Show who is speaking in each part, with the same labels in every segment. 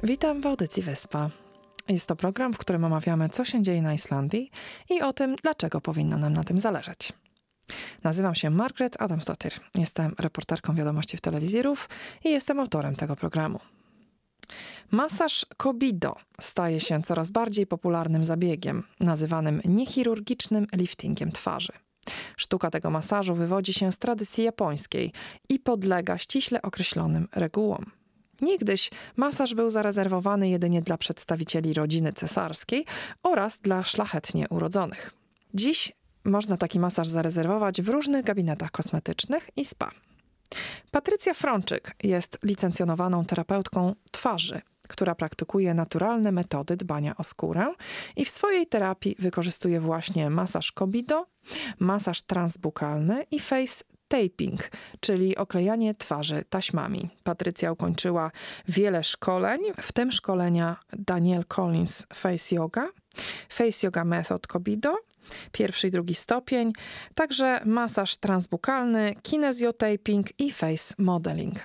Speaker 1: Witam w audycji Wyspa. Jest to program, w którym omawiamy, co się dzieje na Islandii i o tym, dlaczego powinno nam na tym zależeć. Nazywam się Margaret Adamsdottir. Jestem reporterką wiadomości w telewizji RÚV i jestem autorem tego programu. Masaż Kobido staje się coraz bardziej popularnym zabiegiem, nazywanym niechirurgicznym liftingiem twarzy. Sztuka tego masażu wywodzi się z tradycji japońskiej i podlega ściśle określonym regułom. Niegdyś masaż był zarezerwowany jedynie dla przedstawicieli rodziny cesarskiej oraz dla szlachetnie urodzonych. Dziś można taki masaż zarezerwować w różnych gabinetach kosmetycznych i spa. Patrycja Frączyk jest licencjonowaną terapeutką twarzy, która praktykuje naturalne metody dbania o skórę i w swojej terapii wykorzystuje właśnie masaż Kobido, masaż transbukalny i face taping, czyli oklejanie twarzy taśmami. Patrycja ukończyła wiele szkoleń, w tym szkolenia Danielle Collins Face Yoga Method Kobido, 1. i 2. stopień, także masaż transbukalny, kinesiotaping i face modeling.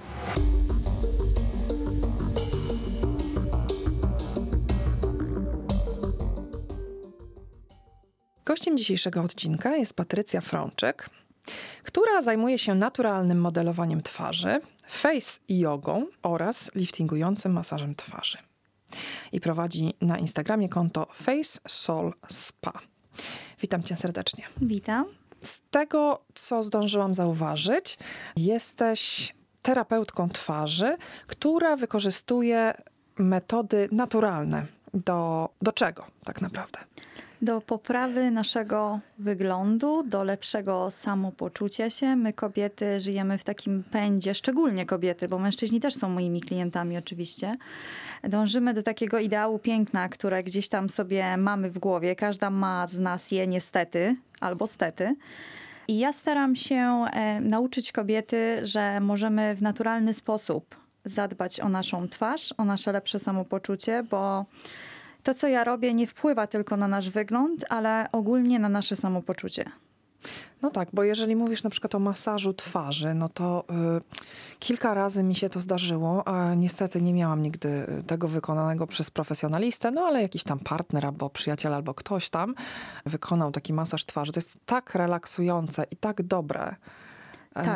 Speaker 1: Gościem dzisiejszego odcinka jest Patrycja Frączyk, która zajmuje się naturalnym modelowaniem twarzy, face jogą oraz liftingującym masażem twarzy. I prowadzi na Instagramie konto Face Soul Spa. Witam cię serdecznie.
Speaker 2: Witam.
Speaker 1: Z tego, co zdążyłam zauważyć, jesteś terapeutką twarzy, która wykorzystuje metody naturalne. Do czego tak naprawdę?
Speaker 2: Do poprawy naszego wyglądu, do lepszego samopoczucia się. My kobiety żyjemy w takim pędzie, szczególnie kobiety, bo mężczyźni też są moimi klientami oczywiście. Dążymy do takiego ideału piękna, które gdzieś tam sobie mamy w głowie. Każda ma z nas je niestety albo stety. I ja staram się nauczyć kobiety, że możemy w naturalny sposób zadbać o naszą twarz, o nasze lepsze samopoczucie, bo to, co ja robię, nie wpływa tylko na nasz wygląd, ale ogólnie na nasze samopoczucie.
Speaker 1: No tak, bo jeżeli mówisz na przykład o masażu twarzy, no to kilka razy mi się to zdarzyło, a niestety nie miałam nigdy tego wykonanego przez profesjonalistę, no ale jakiś tam partner albo przyjaciel albo ktoś tam wykonał taki masaż twarzy. To jest tak relaksujące i tak dobre.
Speaker 2: Tak.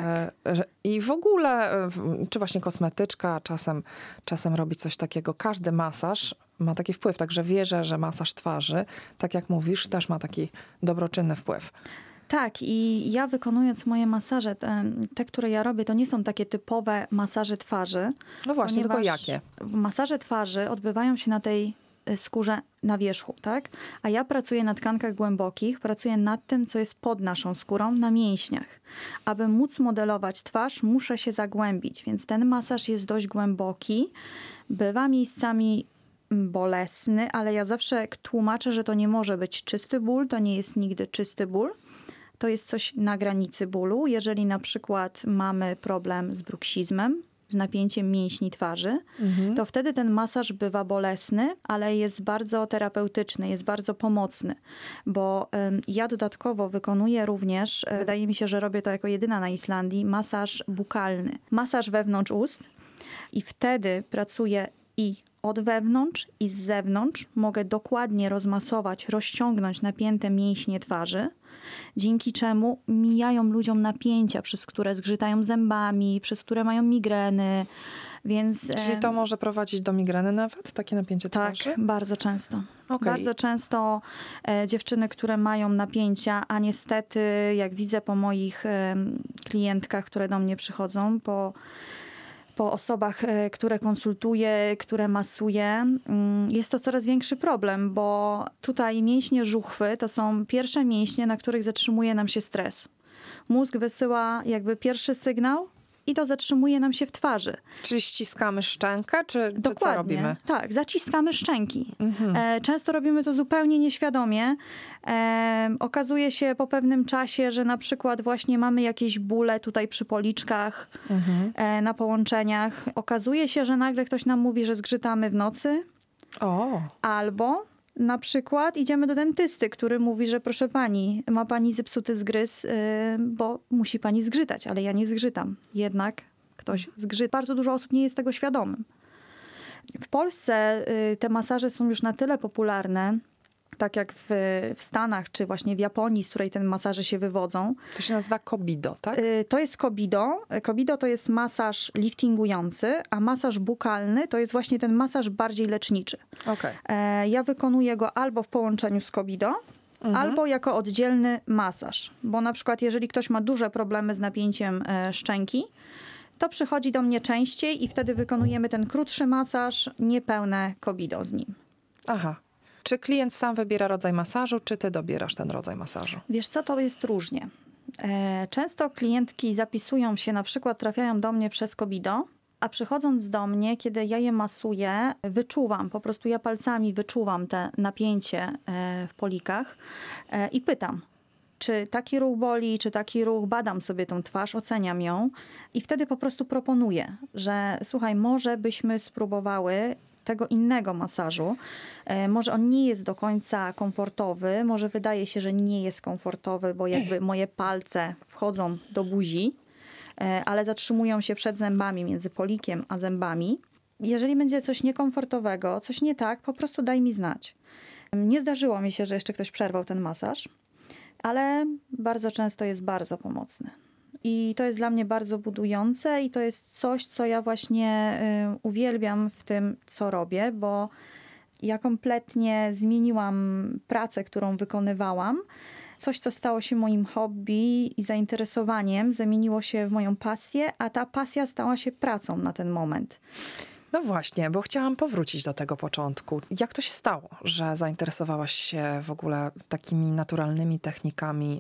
Speaker 1: I w ogóle, czy właśnie kosmetyczka czasem robi coś takiego. Każdy masaż ma taki wpływ, także wierzę, że masaż twarzy, tak jak mówisz, też ma taki dobroczynny wpływ.
Speaker 2: Tak, i ja wykonując moje masaże, te, które ja robię, to nie są takie typowe masaże twarzy.
Speaker 1: No właśnie, tylko jakie?
Speaker 2: Masaże twarzy odbywają się na tej skórze na wierzchu, tak? A ja pracuję na tkankach głębokich, pracuję nad tym, co jest pod naszą skórą, na mięśniach. Aby móc modelować twarz, muszę się zagłębić, więc ten masaż jest dość głęboki, bywa miejscami bolesny, ale ja zawsze tłumaczę, że to nie może być czysty ból, to nie jest nigdy czysty ból. To jest coś na granicy bólu. Jeżeli na przykład mamy problem z bruksizmem, z napięciem mięśni twarzy, to wtedy ten masaż bywa bolesny, ale jest bardzo terapeutyczny, jest bardzo pomocny, bo ja dodatkowo wykonuję również, wydaje mi się, że robię to jako jedyna na Islandii, masaż bukalny. Masaż wewnątrz ust i wtedy pracuję i od wewnątrz i z zewnątrz. Mogę dokładnie rozmasować, rozciągnąć napięte mięśnie twarzy, dzięki czemu mijają ludziom napięcia, przez które zgrzytają zębami, przez które mają migreny. Więc,
Speaker 1: czyli to może prowadzić do migreny nawet, takie napięcie twarzy?
Speaker 2: Tak, bardzo często.
Speaker 1: Okay.
Speaker 2: Bardzo często dziewczyny, które mają napięcia, a niestety jak widzę po moich klientkach, które do mnie przychodzą, po osobach, które konsultuję, które masuję, jest to coraz większy problem, bo tutaj mięśnie żuchwy to są pierwsze mięśnie, na których zatrzymuje nam się stres. Mózg wysyła jakby pierwszy sygnał i to zatrzymuje nam się w twarzy.
Speaker 1: Czyli ściskamy szczękę, czy co robimy?
Speaker 2: Tak, zaciskamy szczęki. Często robimy to zupełnie nieświadomie. Okazuje się po pewnym czasie, że na przykład właśnie mamy jakieś bóle tutaj przy policzkach, na połączeniach. Okazuje się, że nagle ktoś nam mówi, że zgrzytamy w nocy. Albo na przykład idziemy do dentysty, który mówi, że proszę pani, ma pani zepsuty zgryz, bo musi pani zgrzytać, ale ja nie zgrzytam. Jednak ktoś zgrzyta. Bardzo dużo osób nie jest tego świadomym. W Polsce te masaże są już na tyle popularne, tak jak w Stanach, czy właśnie w Japonii, z której te masaże się wywodzą.
Speaker 1: To się nazywa Kobido, tak?
Speaker 2: To jest Kobido. Kobido to jest masaż liftingujący, a masaż bukalny to jest właśnie ten masaż bardziej leczniczy.
Speaker 1: Okay.
Speaker 2: Ja wykonuję go albo w połączeniu z Kobido, albo jako oddzielny masaż. Bo na przykład jeżeli ktoś ma duże problemy z napięciem szczęki, to przychodzi do mnie częściej i wtedy wykonujemy ten krótszy masaż, niepełne Kobido z nim.
Speaker 1: Aha. Czy klient sam wybiera rodzaj masażu, czy ty dobierasz ten rodzaj masażu?
Speaker 2: Wiesz co, to jest różnie. Często klientki zapisują się, na przykład trafiają do mnie przez Kobido, a przychodząc do mnie, kiedy ja je masuję, wyczuwam, po prostu ja palcami wyczuwam te napięcie w polikach i pytam, czy taki ruch boli, czy taki ruch, badam sobie tą twarz, oceniam ją i wtedy po prostu proponuję, że słuchaj, może byśmy spróbowały tego innego masażu. Może on nie jest do końca komfortowy, może wydaje się, że nie jest komfortowy, bo jakby moje palce wchodzą do buzi, ale zatrzymują się przed zębami, między polikiem a zębami. Jeżeli będzie coś niekomfortowego, coś nie tak, po prostu daj mi znać. Nie zdarzyło mi się, że jeszcze ktoś przerwał ten masaż, ale bardzo często jest bardzo pomocny. I to jest dla mnie bardzo budujące i to jest coś, co ja właśnie uwielbiam w tym, co robię, bo ja kompletnie zmieniłam pracę, którą wykonywałam. Coś, co stało się moim hobby i zainteresowaniem, zamieniło się w moją pasję, a ta pasja stała się pracą na ten moment.
Speaker 1: No właśnie, bo chciałam powrócić do tego początku. Jak to się stało, że zainteresowałaś się w ogóle takimi naturalnymi technikami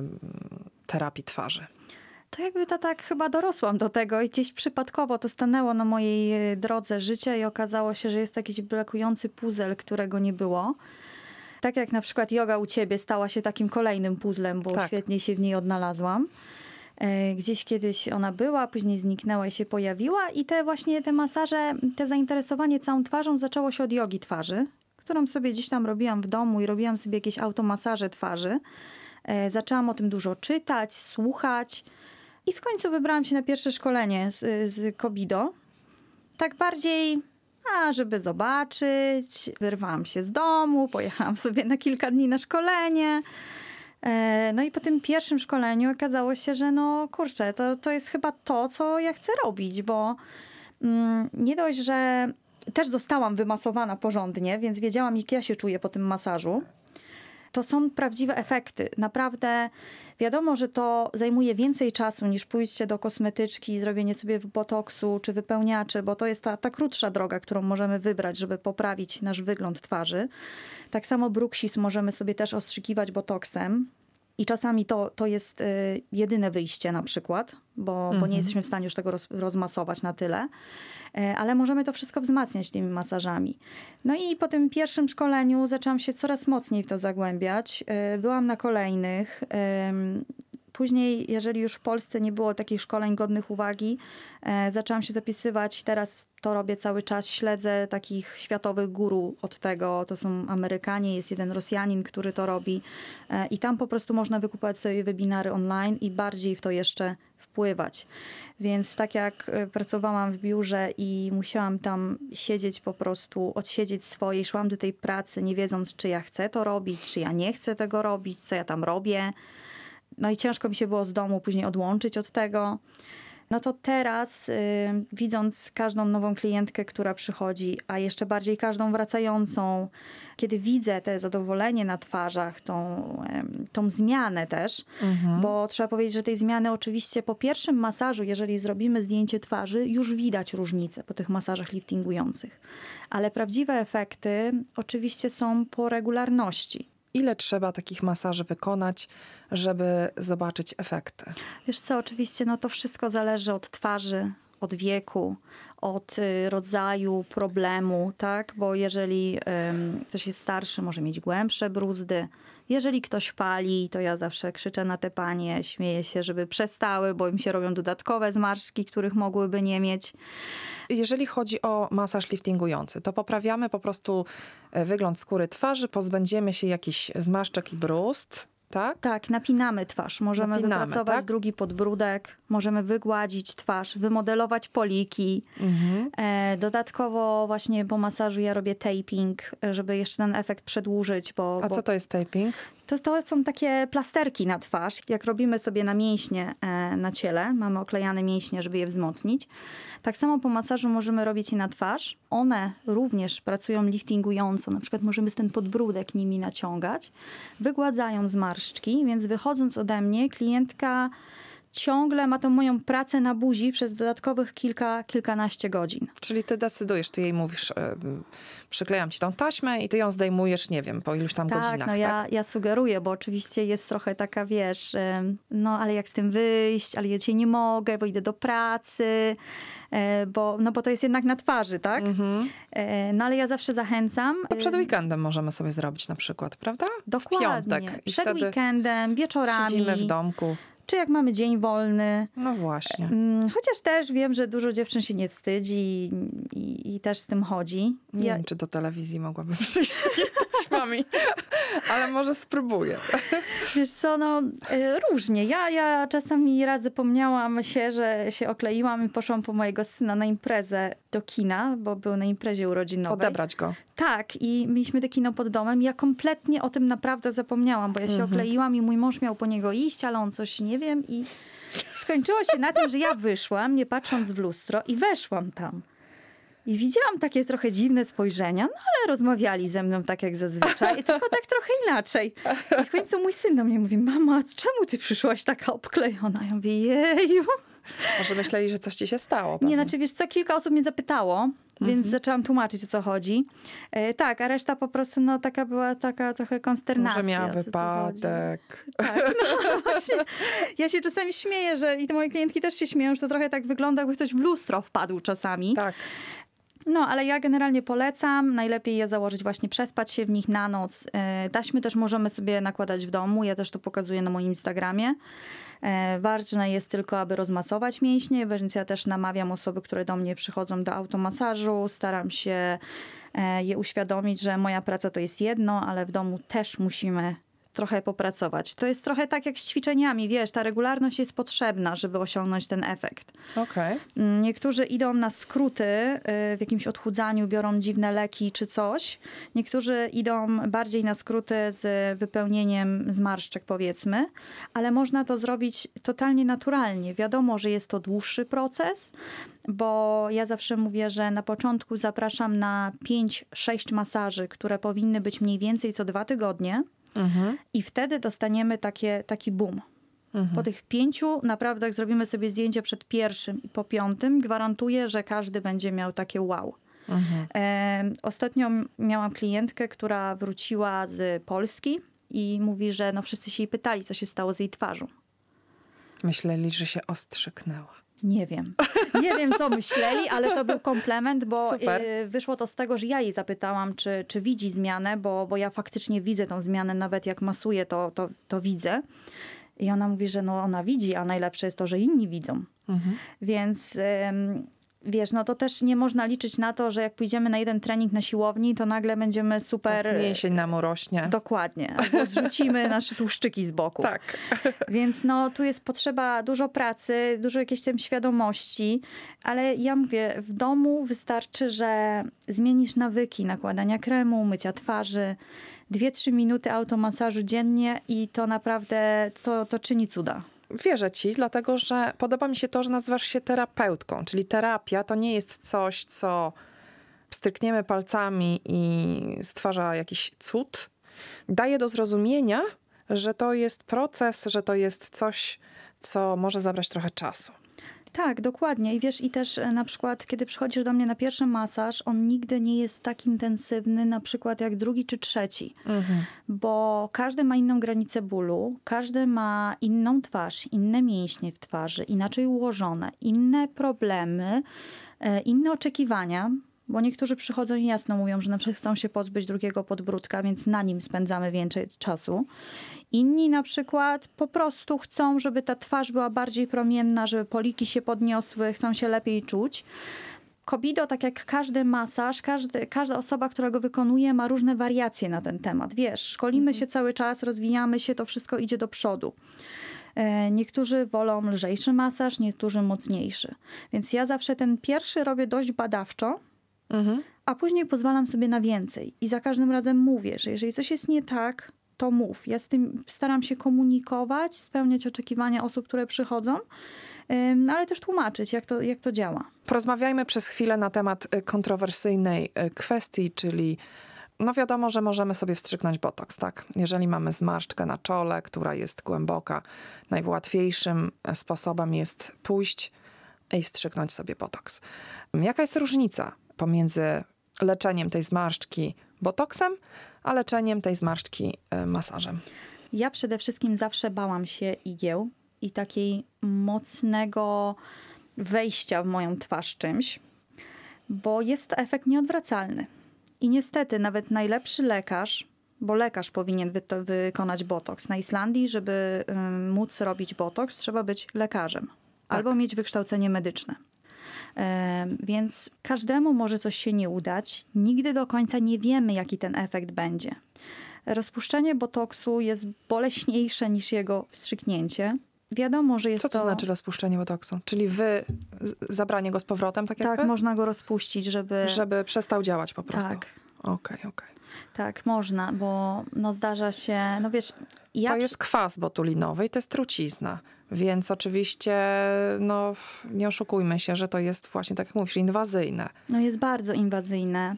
Speaker 1: terapii twarzy?
Speaker 2: To jakby tak chyba dorosłam do tego i gdzieś przypadkowo to stanęło na mojej drodze życia i okazało się, że jest jakiś brakujący puzzle, którego nie było. Tak jak na przykład joga u ciebie stała się takim kolejnym puzzlem, bo świetnie się w niej odnalazłam. Gdzieś kiedyś ona była, później zniknęła i się pojawiła i te masaże, te zainteresowanie całą twarzą zaczęło się od jogi twarzy, którą sobie gdzieś tam robiłam w domu i robiłam sobie jakieś automasaże twarzy. Zaczęłam o tym dużo czytać, słuchać i w końcu wybrałam się na pierwsze szkolenie z Kobido. Tak bardziej, żeby zobaczyć. Wyrwałam się z domu, pojechałam sobie na kilka dni na szkolenie. No i po tym pierwszym szkoleniu okazało się, że to jest chyba to, co ja chcę robić, bo nie dość, że też zostałam wymasowana porządnie, więc wiedziałam, jak ja się czuję po tym masażu. To są prawdziwe efekty. Naprawdę wiadomo, że to zajmuje więcej czasu niż pójście do kosmetyczki i zrobienie sobie botoksu czy wypełniaczy, bo to jest ta krótsza droga, którą możemy wybrać, żeby poprawić nasz wygląd twarzy. Tak samo bruxizm możemy sobie też ostrzykiwać botoksem. I czasami to jest jedyne wyjście na przykład, bo nie jesteśmy w stanie już tego rozmasować na tyle. Ale możemy to wszystko wzmacniać tymi masażami. No i po tym pierwszym szkoleniu zaczęłam się coraz mocniej w to zagłębiać. Byłam na kolejnych. Później, jeżeli już w Polsce nie było takich szkoleń godnych uwagi, zaczęłam się zapisywać. Teraz to robię cały czas. Śledzę takich światowych guru od tego. To są Amerykanie, jest jeden Rosjanin, który to robi. I tam po prostu można wykupować sobie webinary online i bardziej w to jeszcze wpływać. Więc tak jak pracowałam w biurze i musiałam tam siedzieć po prostu, odsiedzieć swoje, szłam do tej pracy nie wiedząc, czy ja chcę to robić, czy ja nie chcę tego robić, co ja tam robię. No i ciężko mi się było z domu później odłączyć od tego. No to teraz, widząc każdą nową klientkę, która przychodzi, a jeszcze bardziej każdą wracającą, kiedy widzę te zadowolenie na twarzach, tą zmianę też, bo trzeba powiedzieć, że tej zmiany oczywiście po pierwszym masażu, jeżeli zrobimy zdjęcie twarzy, już widać różnicę po tych masażach liftingujących. Ale prawdziwe efekty oczywiście są po regularności.
Speaker 1: Ile trzeba takich masaży wykonać, żeby zobaczyć efekty?
Speaker 2: Wiesz co, oczywiście to wszystko zależy od twarzy, od wieku, od rodzaju problemu, tak? Bo jeżeli ktoś jest starszy, może mieć głębsze bruzdy. Jeżeli ktoś pali, to ja zawsze krzyczę na te panie, śmieję się, żeby przestały, bo im się robią dodatkowe zmarszczki, których mogłyby nie mieć.
Speaker 1: Jeżeli chodzi o masaż liftingujący, to poprawiamy po prostu wygląd skóry twarzy, pozbędziemy się jakichś zmarszczek i bruzd. tak?
Speaker 2: Tak, napinamy twarz. Możemy wypracować
Speaker 1: tak?
Speaker 2: drugi podbródek, możemy wygładzić twarz, wymodelować poliki. Dodatkowo właśnie po masażu ja robię taping, żeby jeszcze ten efekt przedłużyć.
Speaker 1: A co to jest taping?
Speaker 2: To są takie plasterki na twarz. Jak robimy sobie na mięśnie na ciele, mamy oklejane mięśnie, żeby je wzmocnić. Tak samo po masażu możemy robić je na twarz. One również pracują liftingująco. Na przykład możemy ten podbródek nimi naciągać. Wygładzają zmarszczki, więc wychodząc ode mnie, klientka ciągle ma tą moją pracę na buzi przez dodatkowych kilkanaście godzin.
Speaker 1: Czyli ty decydujesz, ty jej mówisz, przyklejam ci tą taśmę i ty ją zdejmujesz, nie wiem, po iluś tam godzinach.
Speaker 2: Ja sugeruję, bo oczywiście jest trochę taka, wiesz, no ale jak z tym wyjść, ale ja dzisiaj nie mogę, bo idę do pracy, bo to jest jednak na twarzy, tak? No ale ja zawsze zachęcam.
Speaker 1: To przed weekendem możemy sobie zrobić na przykład, prawda?
Speaker 2: Dokładnie.
Speaker 1: W piątek. I
Speaker 2: przed weekendem, wieczorami.
Speaker 1: Siedzimy w domku.
Speaker 2: Czy jak mamy dzień wolny.
Speaker 1: No właśnie.
Speaker 2: Chociaż też wiem, że dużo dziewczyn się nie wstydzi i też z tym chodzi.
Speaker 1: Nie wiem, czy do telewizji mogłabym przyjść z takimi taśmami, ale może spróbuję.
Speaker 2: Wiesz co, różnie. Ja czasami raz zapomniałam się, że się okleiłam i poszłam po mojego syna na imprezę do kina, bo był na imprezie urodzinowej.
Speaker 1: Odebrać go.
Speaker 2: Tak, i mieliśmy te kino pod domem. Ja kompletnie o tym naprawdę zapomniałam, bo ja się okleiłam i mój mąż miał po niego iść, ale on coś nie wiem i skończyło się na tym, że ja wyszłam, nie patrząc w lustro i weszłam tam. I widziałam takie trochę dziwne spojrzenia, no ale rozmawiali ze mną tak jak zazwyczaj, tylko tak trochę inaczej. I w końcu mój syn do mnie mówi, mama, czemu ty przyszłaś taka obklejona? Ja mówię, jeju.
Speaker 1: Może myśleli, że coś ci się stało.
Speaker 2: Nie, znaczy wiesz co, kilka osób mnie zapytało, więc zaczęłam tłumaczyć, o co chodzi. Tak, a reszta po prostu taka była taka trochę konsternacja.
Speaker 1: Może miała wypadek.
Speaker 2: Tak, no właśnie. Ja się czasami śmieję, i te moje klientki też się śmieją, że to trochę tak wygląda, jakby ktoś w lustro wpadł czasami.
Speaker 1: Tak.
Speaker 2: No, ale ja generalnie polecam. Najlepiej je założyć właśnie, przespać się w nich na noc. Taśmy też możemy sobie nakładać w domu. Ja też to pokazuję na moim Instagramie. Ważne jest tylko, aby rozmasować mięśnie, więc ja też namawiam osoby, które do mnie przychodzą do automasażu. Staram się je uświadomić, że moja praca to jest jedno, ale w domu też musimy trochę popracować. To jest trochę tak jak z ćwiczeniami, wiesz, ta regularność jest potrzebna, żeby osiągnąć ten efekt.
Speaker 1: Okay.
Speaker 2: Niektórzy idą na skróty w jakimś odchudzaniu, biorą dziwne leki czy coś. Niektórzy idą bardziej na skróty z wypełnieniem zmarszczek, powiedzmy, ale można to zrobić totalnie naturalnie. Wiadomo, że jest to dłuższy proces, bo ja zawsze mówię, że na początku zapraszam na 5-6 masaży, które powinny być mniej więcej co 2 tygodnie. I wtedy dostaniemy taki boom. Po tych 5 naprawdę, jak zrobimy sobie zdjęcie przed pierwszym i po 5, gwarantuję, że każdy będzie miał takie wow. Ostatnio miałam klientkę, która wróciła z Polski i mówi, że wszyscy się jej pytali, co się stało z jej twarzą.
Speaker 1: Myśleli, że się ostrzyknęła.
Speaker 2: Nie wiem. Nie wiem, co myśleli, ale to był komplement, bo wyszło to z tego, że ja jej zapytałam, czy widzi zmianę, bo ja faktycznie widzę tą zmianę, nawet jak masuję, to widzę. I ona mówi, że ona widzi, a najlepsze jest to, że inni widzą. Więc wiesz, to też nie można liczyć na to, że jak pójdziemy na jeden trening na siłowni, to nagle będziemy super...
Speaker 1: Tak, mięsień nam urośnie.
Speaker 2: Dokładnie. Albo zrzucimy nasze tłuszczyki z boku.
Speaker 1: Tak.
Speaker 2: Więc tu jest potrzeba dużo pracy, dużo jakiejś tam świadomości, ale ja mówię, w domu wystarczy, że zmienisz nawyki nakładania kremu, mycia twarzy, 2-3 minuty automasażu dziennie i to naprawdę, to czyni cuda.
Speaker 1: Wierzę ci, dlatego że podoba mi się to, że nazywasz się terapeutką, czyli terapia to nie jest coś, co pstrykniemy palcami i stwarza jakiś cud. Daje do zrozumienia, że to jest proces, że to jest coś, co może zabrać trochę czasu.
Speaker 2: Tak, dokładnie. I wiesz, i też na przykład, kiedy przychodzisz do mnie na pierwszy masaż, on nigdy nie jest tak intensywny, na przykład jak drugi czy trzeci. Bo każdy ma inną granicę bólu, każdy ma inną twarz, inne mięśnie w twarzy, inaczej ułożone, inne problemy, inne oczekiwania. Bo niektórzy przychodzą i jasno mówią, że na przykład chcą się pozbyć drugiego podbródka, więc na nim spędzamy więcej czasu. Inni na przykład po prostu chcą, żeby ta twarz była bardziej promienna, żeby poliki się podniosły, chcą się lepiej czuć. Kobido, tak jak każdy masaż, każda osoba, która go wykonuje, ma różne wariacje na ten temat. Wiesz, szkolimy się cały czas, rozwijamy się, to wszystko idzie do przodu. Niektórzy wolą lżejszy masaż, niektórzy mocniejszy. Więc ja zawsze ten pierwszy robię dość badawczo, a później pozwalam sobie na więcej. I za każdym razem mówię, że jeżeli coś jest nie tak, to mów. Ja z tym staram się komunikować, spełniać oczekiwania osób, które przychodzą, ale też tłumaczyć, jak to działa.
Speaker 1: Porozmawiajmy przez chwilę na temat kontrowersyjnej kwestii, czyli no wiadomo, że możemy sobie wstrzyknąć botoks, tak? Jeżeli mamy zmarszczkę na czole, która jest głęboka, najłatwiejszym sposobem jest pójść i wstrzyknąć sobie botoks. Jaka jest różnica pomiędzy leczeniem tej zmarszczki botoksem, a leczeniem tej zmarszczki masażem?
Speaker 2: Ja przede wszystkim zawsze bałam się igieł i takiej mocnego wejścia w moją twarz czymś, bo jest to efekt nieodwracalny. I niestety nawet najlepszy lekarz, bo lekarz powinien wykonać botoks. Na Islandii, żeby móc robić botoks, trzeba być lekarzem albo mieć wykształcenie medyczne. Więc każdemu może coś się nie udać. Nigdy do końca nie wiemy, jaki ten efekt będzie. Rozpuszczenie botoksu jest boleśniejsze niż jego wstrzyknięcie. Wiadomo, że jest
Speaker 1: Co to znaczy rozpuszczenie botoksu? Czyli zabranie go z powrotem, tak jakby?
Speaker 2: Tak, można go rozpuścić,
Speaker 1: żeby przestał działać po prostu.
Speaker 2: Tak.
Speaker 1: Okej.
Speaker 2: Tak, można, bo no zdarza się, no wiesz...
Speaker 1: To jest kwas botulinowy i to jest trucizna. Więc oczywiście, no nie oszukujmy się, że to jest właśnie, tak jak mówisz, inwazyjne.
Speaker 2: No jest bardzo inwazyjne.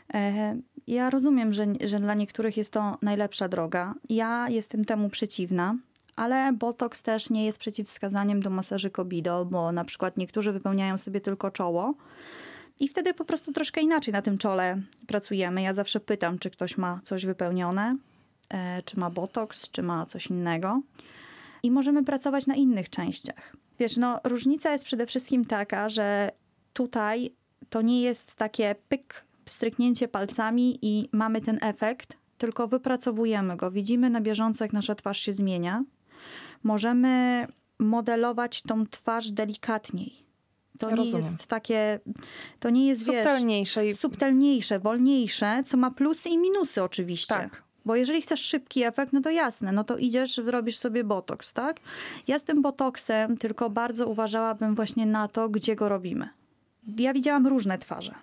Speaker 2: Ja rozumiem, że dla niektórych jest to najlepsza droga. Ja jestem temu przeciwna. Ale botoks też nie jest przeciwwskazaniem do masaży Kobido, bo na przykład niektórzy wypełniają sobie tylko czoło i wtedy po prostu troszkę inaczej na tym czole pracujemy. Ja zawsze pytam, czy ktoś ma coś wypełnione, czy ma botoks, czy ma coś innego. I możemy pracować na innych częściach. Wiesz, no różnica jest przede wszystkim taka, że tutaj to nie jest takie pyk, stryknięcie palcami i mamy ten efekt, tylko wypracowujemy go. Widzimy na bieżąco, jak nasza twarz się zmienia. Możemy modelować tą twarz delikatniej. To nie jest takie, to nie jest,
Speaker 1: subtelniejsze.
Speaker 2: Wiesz, subtelniejsze, wolniejsze, co ma plusy i minusy oczywiście.
Speaker 1: Tak.
Speaker 2: Bo jeżeli chcesz szybki efekt, no to jasne, no to idziesz, robisz sobie botoks, tak? Ja z tym botoksem tylko bardzo uważałabym właśnie na to, gdzie go robimy. Ja widziałam różne twarze.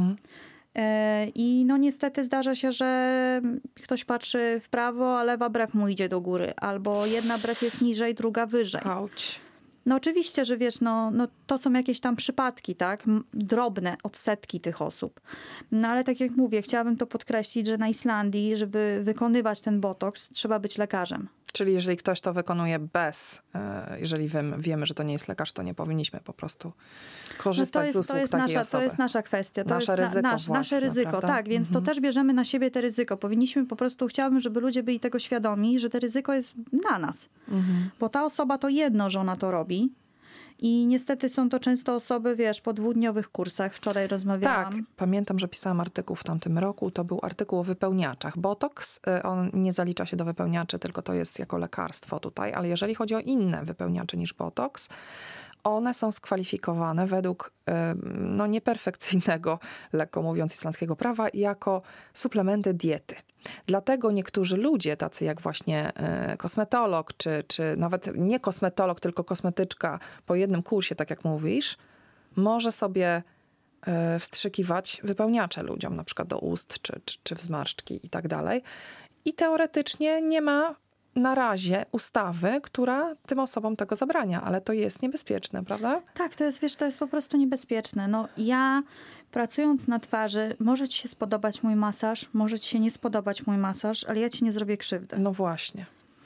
Speaker 2: I no niestety zdarza się, że ktoś patrzy w prawo, a lewa brew mu idzie do góry. Albo jedna brew jest niżej, druga wyżej.
Speaker 1: Auć.
Speaker 2: No oczywiście, że wiesz, no to są jakieś tam przypadki, tak? Drobne odsetki tych osób. No ale tak jak mówię, chciałabym to podkreślić, że na Islandii, żeby wykonywać ten botoks, trzeba być lekarzem.
Speaker 1: Czyli jeżeli ktoś to wykonuje jeżeli wiemy, że to nie jest lekarz, to nie powinniśmy po prostu korzystać z usług takiej osoby.
Speaker 2: To jest nasza kwestia. To
Speaker 1: nasze
Speaker 2: jest
Speaker 1: ryzyko
Speaker 2: nasze ryzyko,
Speaker 1: prawda?
Speaker 2: Tak. Więc to też bierzemy na siebie te ryzyko. Powinniśmy po prostu, chciałabym, żeby ludzie byli tego świadomi, że to ryzyko jest na nas. Bo ta osoba to jedno, że ona to robi. I niestety są to często osoby, wiesz, po 2-dniowych kursach. Wczoraj rozmawiałam.
Speaker 1: Tak, pamiętam, że pisałam artykuł w tamtym roku. To był artykuł o wypełniaczach. Botoks, on nie zalicza się do wypełniaczy, tylko to jest jako lekarstwo tutaj. Ale jeżeli chodzi o inne wypełniacze niż botoks, one są skwalifikowane według nieperfekcyjnego, lekko mówiąc, islandzkiego prawa jako suplementy diety. Dlatego niektórzy ludzie, tacy jak właśnie kosmetolog, czy nawet nie kosmetolog, tylko kosmetyczka po jednym kursie, tak jak mówisz, może sobie wstrzykiwać wypełniacze ludziom, na przykład do ust, czy w zmarszczki i tak dalej. I teoretycznie nie ma na razie ustawy, która tym osobom tego zabrania, ale to jest niebezpieczne, prawda?
Speaker 2: Tak, to jest po prostu niebezpieczne. No ja pracując na twarzy, może ci się spodobać mój masaż, może ci się nie spodobać mój masaż, ale ja ci nie zrobię krzywdy.
Speaker 1: No właśnie.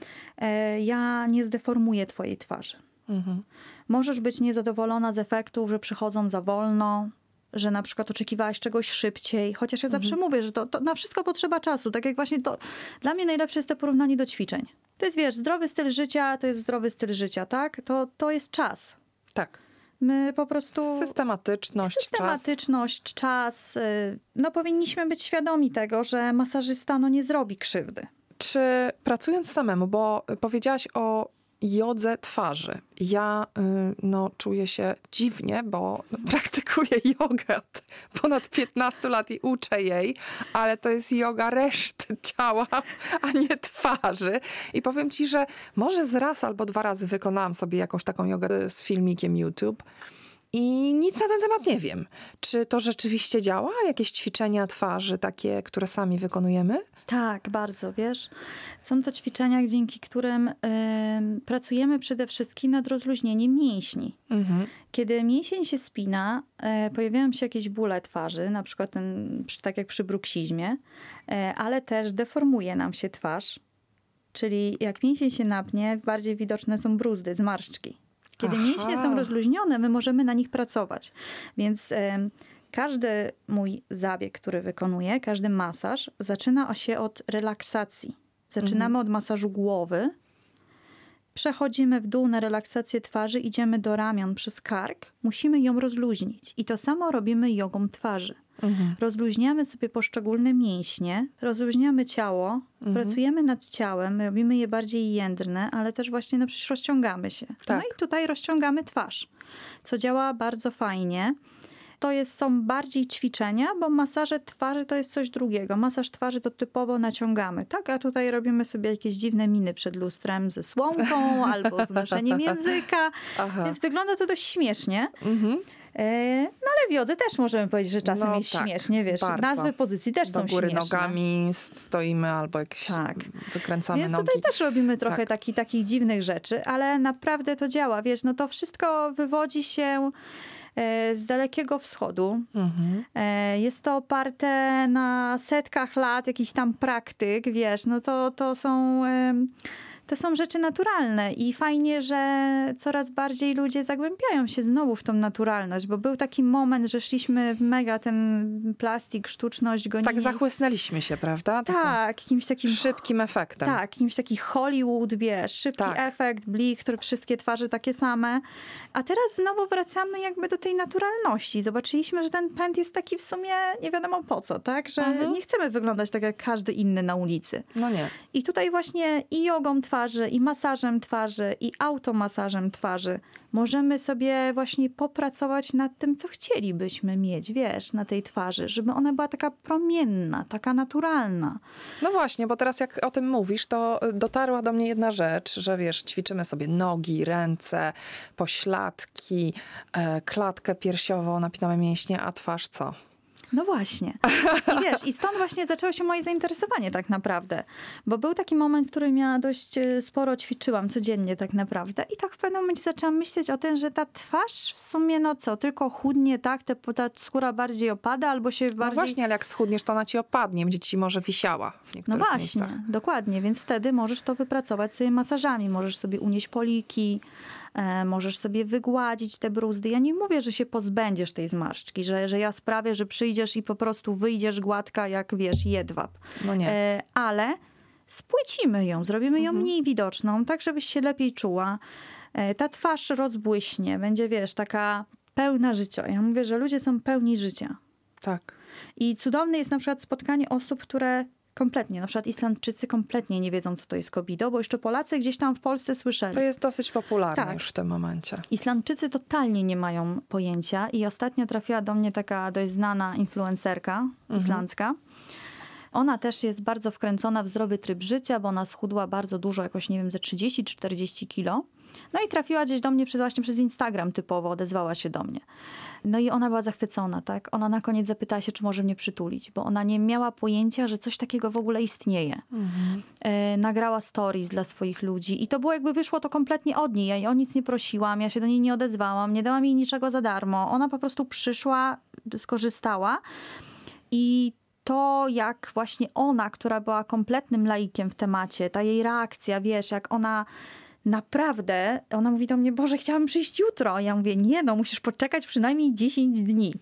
Speaker 2: Ja nie zdeformuję twojej twarzy. Możesz być niezadowolona z efektów, że przychodzą za wolno, że na przykład oczekiwałaś czegoś szybciej. Chociaż ja zawsze mówię, że to na wszystko potrzeba czasu. Tak jak właśnie to, dla mnie najlepsze jest to porównanie do ćwiczeń. To jest, wiesz, zdrowy styl życia, to jest zdrowy styl życia, tak? To jest czas.
Speaker 1: Tak.
Speaker 2: My po prostu...
Speaker 1: Systematyczność,
Speaker 2: czas. No powinniśmy być świadomi tego, że masażysta nie zrobi krzywdy.
Speaker 1: Czy pracując samemu, bo powiedziałaś o jodze twarzy. Ja czuję się dziwnie, bo praktykuję jogę od ponad 15 lat i uczę jej, ale to jest joga reszty ciała, a nie twarzy. I powiem ci, że może z raz albo 2 razy wykonałam sobie jakąś taką jogę z filmikiem YouTube. I nic na ten temat nie wiem. Czy to rzeczywiście działa? Jakieś ćwiczenia twarzy takie, które sami wykonujemy?
Speaker 2: Tak, bardzo, wiesz. Są to ćwiczenia, dzięki którym pracujemy przede wszystkim nad rozluźnieniem mięśni. Kiedy mięsień się spina, pojawiają się jakieś bóle twarzy, na przykład tak jak przy bruksizmie, ale też deformuje nam się twarz. Czyli jak mięsień się napnie, bardziej widoczne są bruzdy, zmarszczki. Kiedy mięśnie są rozluźnione, my możemy na nich pracować. Więc każdy mój zabieg, który wykonuję, każdy masaż zaczyna się od relaksacji. Zaczynamy od masażu głowy, przechodzimy w dół na relaksację twarzy, idziemy do ramion przez kark. Musimy ją rozluźnić. I to samo robimy jogą twarzy. Rozluźniamy sobie poszczególne mięśnie, rozluźniamy ciało, pracujemy nad ciałem, robimy je bardziej jędrne, ale też właśnie przecież rozciągamy się.
Speaker 1: Tak.
Speaker 2: No i tutaj rozciągamy twarz, co działa bardzo fajnie. Są bardziej ćwiczenia, bo masaże twarzy to jest coś drugiego. Masaż twarzy to typowo naciągamy, tak? A tutaj robimy sobie jakieś dziwne miny przed lustrem ze słomką albo z unoszeniem języka. Więc wygląda to dość śmiesznie. No ale w jodze też możemy powiedzieć, że czasem jest śmiesznie, wiesz. Bardzo. Nazwy pozycji też są śmieszne.
Speaker 1: Do góry nogami stoimy albo jakieś wykręcamy
Speaker 2: Więc
Speaker 1: nogi.
Speaker 2: tutaj też robimy trochę takich dziwnych rzeczy, ale naprawdę to działa. Wiesz, no to wszystko wywodzi się z Dalekiego Wschodu. Jest to oparte na setkach lat jakichś tam praktyk, wiesz, no to są rzeczy naturalne i fajnie, że coraz bardziej ludzie zagłębiają się znowu w tą naturalność, bo był taki moment, że szliśmy w mega ten plastik, sztuczność, gonili.
Speaker 1: Tak zachłysnęliśmy się, prawda?
Speaker 2: Tak, jakimś takim
Speaker 1: szybkim efektem.
Speaker 2: Tak, jakimś taki Hollywood, wiesz, szybki efekt, blik, które wszystkie twarze takie same. A teraz znowu wracamy jakby do tej naturalności. Zobaczyliśmy, że ten pęd jest taki w sumie nie wiadomo po co, tak? Że nie chcemy wyglądać tak jak każdy inny na ulicy.
Speaker 1: No nie.
Speaker 2: I tutaj właśnie i jogą twarzy, i masażem twarzy, i automasażem twarzy możemy sobie właśnie popracować nad tym, co chcielibyśmy mieć, wiesz, na tej twarzy, żeby ona była taka promienna, taka naturalna.
Speaker 1: No właśnie, bo teraz jak o tym mówisz, to dotarła do mnie jedna rzecz, że wiesz, ćwiczymy sobie nogi, ręce, pośladki, klatkę piersiową, napinamy mięśnie, a twarz co?
Speaker 2: No właśnie. I wiesz, i stąd właśnie zaczęło się moje zainteresowanie tak naprawdę. Bo był taki moment, w którym ja dość sporo ćwiczyłam codziennie tak naprawdę. I tak w pewnym momencie zaczęłam myśleć o tym, że ta twarz w sumie, no co, tylko chudnie, tak? Ta skóra bardziej opada albo się bardziej...
Speaker 1: No właśnie, ale jak schudniesz, to ona ci opadnie, będzie ci może wisiała w niektórych
Speaker 2: No właśnie,
Speaker 1: miejscach.
Speaker 2: Dokładnie. Więc wtedy możesz to wypracować sobie masażami. Możesz sobie unieść poliki, możesz sobie wygładzić te bruzdy. Ja nie mówię, że się pozbędziesz tej zmarszczki, że ja sprawię, że przyjdziesz i po prostu wyjdziesz gładka jak, wiesz, jedwab.
Speaker 1: No nie.
Speaker 2: Ale spłycimy ją, zrobimy ją mniej widoczną, tak żebyś się lepiej czuła. Ta twarz rozbłyśnie, będzie, wiesz, taka pełna życia. Ja mówię, że ludzie są pełni życia.
Speaker 1: Tak.
Speaker 2: I cudowne jest na przykład spotkanie osób, które kompletnie, na przykład Islandczycy kompletnie nie wiedzą, co to jest Kobido, bo jeszcze Polacy gdzieś tam w Polsce słyszeli.
Speaker 1: To jest dosyć popularne już w tym momencie.
Speaker 2: Islandczycy totalnie nie mają pojęcia i ostatnio trafiła do mnie taka dość znana influencerka islandzka. Ona też jest bardzo wkręcona w zdrowy tryb życia, bo ona schudła bardzo dużo, jakoś nie wiem, ze 30-40 kilo. No i trafiła gdzieś do mnie właśnie przez Instagram typowo, odezwała się do mnie. No i ona była zachwycona, tak? Ona na koniec zapytała się, czy może mnie przytulić, bo ona nie miała pojęcia, że coś takiego w ogóle istnieje. Nagrała stories dla swoich ludzi i to było jakby wyszło to kompletnie od niej. Ja jej o nic nie prosiłam, ja się do niej nie odezwałam, nie dałam jej niczego za darmo. Ona po prostu przyszła, skorzystała i to, jak właśnie ona, która była kompletnym laikiem w temacie, ta jej reakcja, wiesz, jak ona naprawdę, ona mówi do mnie, Boże, chciałam przyjść jutro. A ja mówię, nie, no musisz poczekać przynajmniej 10 dni.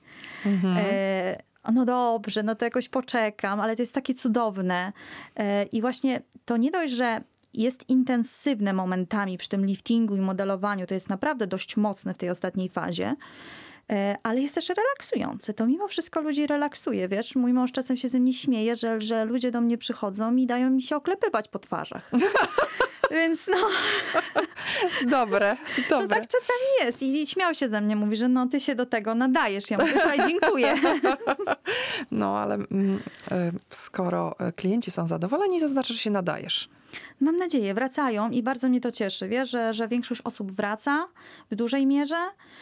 Speaker 2: No dobrze, no to jakoś poczekam, ale to jest takie cudowne. I właśnie to nie dość, że jest intensywne momentami przy tym liftingu i modelowaniu, to jest naprawdę dość mocne w tej ostatniej fazie, ale jest też relaksujące. To mimo wszystko ludzi relaksuje, wiesz. Mój mąż czasem się ze mnie śmieje, że ludzie do mnie przychodzą i dają mi się oklepywać po twarzach. Więc no...
Speaker 1: Dobre.
Speaker 2: To tak czasami jest i śmiał się ze mnie, mówi, że no ty się do tego nadajesz. Ja mówię, słuchaj, dziękuję.
Speaker 1: No, ale skoro klienci są zadowoleni, to znaczy, że się nadajesz.
Speaker 2: Mam nadzieję, wracają i bardzo mnie to cieszy. Wiesz, że większość osób wraca w dużej mierze,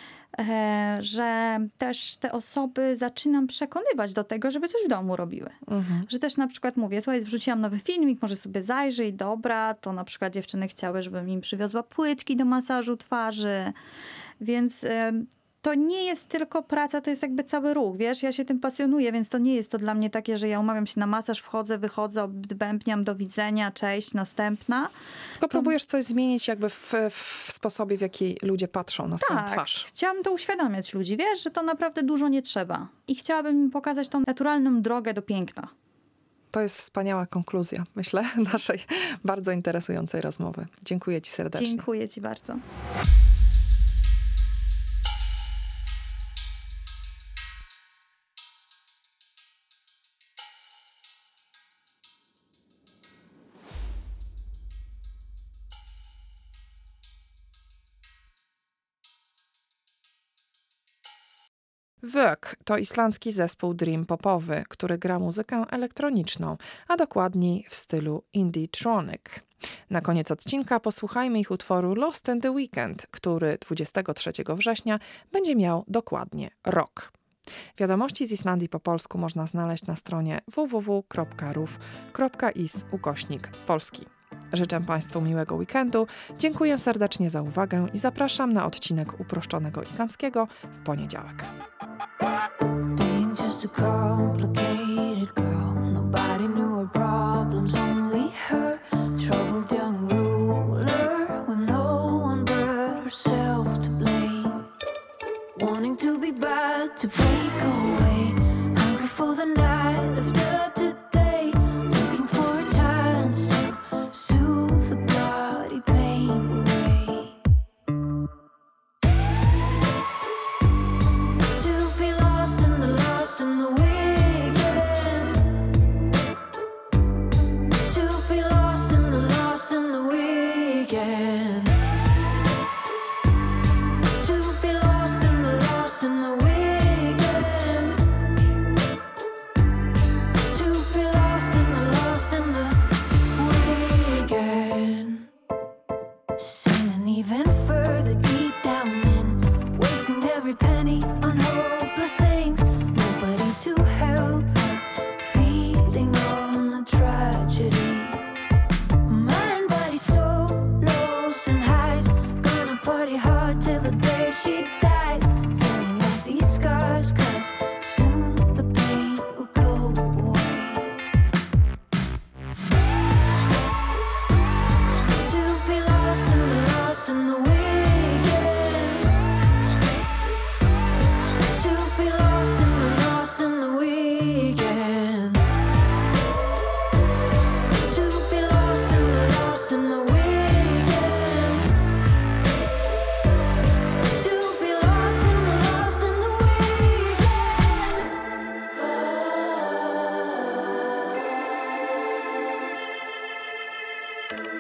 Speaker 2: że też te osoby zaczynam przekonywać do tego, żeby coś w domu robiły. Że też na przykład mówię, słuchaj, wrzuciłam nowy filmik, może sobie zajrzyj, dobra, to na przykład dziewczyny chciały, żebym im przywiozła płyczki do masażu twarzy, więc to nie jest tylko praca, to jest jakby cały ruch, wiesz, ja się tym pasjonuję, więc to nie jest to dla mnie takie, że ja umawiam się na masaż, wchodzę, wychodzę, odbębniam, do widzenia, cześć, następna.
Speaker 1: Tylko próbujesz coś zmienić jakby w sposobie, w jaki ludzie patrzą na swoją twarz.
Speaker 2: Chciałabym to uświadamiać ludzi, wiesz, że to naprawdę dużo nie trzeba. I chciałabym im pokazać tą naturalną drogę do piękna.
Speaker 1: To jest wspaniała konkluzja, myślę, naszej bardzo interesującej rozmowy. Dziękuję ci serdecznie.
Speaker 2: Dziękuję ci bardzo.
Speaker 1: Work to islandzki zespół dream popowy, który gra muzykę elektroniczną, a dokładniej w stylu indie-tronic. Na koniec odcinka posłuchajmy ich utworu Lost in the Weekend, który 23 września będzie miał dokładnie rok. Wiadomości z Islandii po polsku można znaleźć na stronie www.ruf.is/polski. Życzę Państwu miłego weekendu, dziękuję serdecznie za uwagę i zapraszam na odcinek uproszczonego islandzkiego w poniedziałek. Being just a complicated girl, nobody knew her problems, only her troubled young ruler with no one but herself to blame. Wanting to be bad, to break away, hungry for the night after today, looking for a chance to soothe the bloody pain away. To be lost in the weekend. To be lost in the weekend. To be lost in the weekend. To be lost in the weekend. Singing even further deep down in, wasting every penny on hopeless things. Nobody to help her, feeding on the tragedy. Mind, body, soul, lows and highs. Gonna party hard till the day she dies. Filling up these scars, 'cause soon the pain will go away. To be lost in the weekend. To be lost in the weekend. To be lost in the weekend. To be lost in the weekend.